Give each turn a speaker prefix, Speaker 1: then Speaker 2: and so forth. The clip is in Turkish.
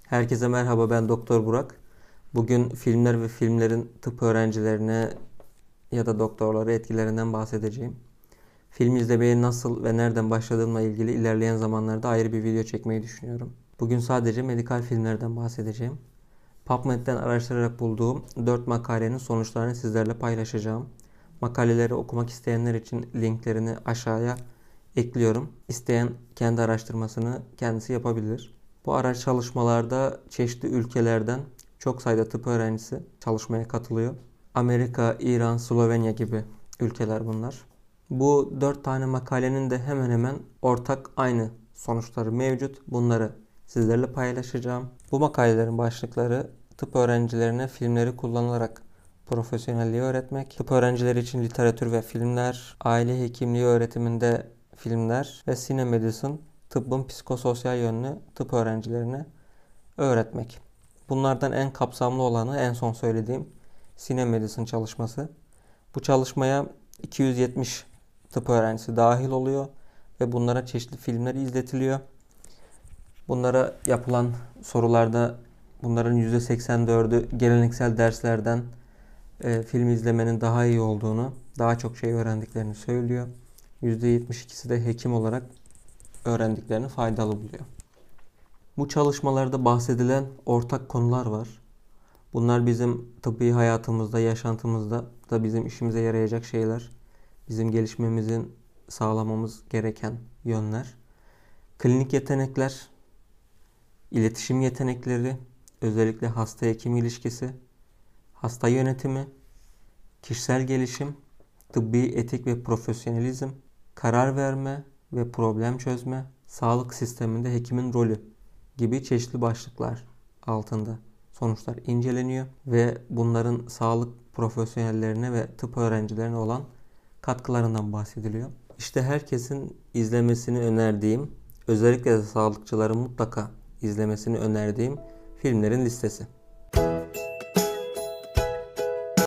Speaker 1: Herkese merhaba, ben Doktor Burak. Bugün filmler ve filmlerin tıp öğrencilerine ya da doktorlara etkilerinden bahsedeceğim. Film izlemeye nasıl ve nereden başladığımla ilgili ilerleyen zamanlarda ayrı bir video çekmeyi düşünüyorum. Bugün sadece medikal filmlerden bahsedeceğim. PubMed'den araştırarak bulduğum 4 makalenin sonuçlarını sizlerle paylaşacağım. Makaleleri okumak isteyenler için linklerini aşağıya ekliyorum. İsteyen kendi araştırmasını kendisi yapabilir. Bu araç çalışmalarda çeşitli ülkelerden çok sayıda tıp öğrencisi çalışmaya katılıyor. Amerika, İran, Slovenya gibi ülkeler bunlar. Bu 4 tane makalenin de hemen hemen ortak aynı sonuçları mevcut. Bunları sizlerle paylaşacağım. Bu makalelerin başlıkları tıp öğrencilerine filmleri kullanarak profesyonelliği öğretmek, tıp öğrencileri için literatür ve filmler, aile hekimliği öğretiminde filmler ve sinemedicine, tıbbın psikososyal yönünü tıp öğrencilerine öğretmek. Bunlardan en kapsamlı olanı en son söylediğim sinemedicine çalışması. Bu çalışmaya 270 tıp öğrencisi dahil oluyor ve bunlara çeşitli filmler izletiliyor. Bunlara yapılan sorularda bunların %84'ü geleneksel derslerden film izlemenin daha iyi olduğunu, daha çok şey öğrendiklerini söylüyor. %72'si de hekim olarak öğrendiklerini faydalı buluyor. Bu çalışmalarda bahsedilen ortak konular var. Bunlar bizim tıbbi hayatımızda, yaşantımızda da bizim işimize yarayacak şeyler. Bizim gelişmemizin sağlamamız gereken yönler. Klinik yetenekler, iletişim yetenekleri, özellikle hasta-hekim ilişkisi, hasta yönetimi, kişisel gelişim, tıbbi etik ve profesyonelizm, karar verme ve problem çözme, sağlık sisteminde hekimin rolü gibi çeşitli başlıklar altında sonuçlar inceleniyor ve bunların sağlık profesyonellerine ve tıp öğrencilerine olan katkılarından bahsediliyor. İşte herkesin izlemesini önerdiğim, özellikle de sağlıkçıların mutlaka izlemesini önerdiğim filmlerin listesi.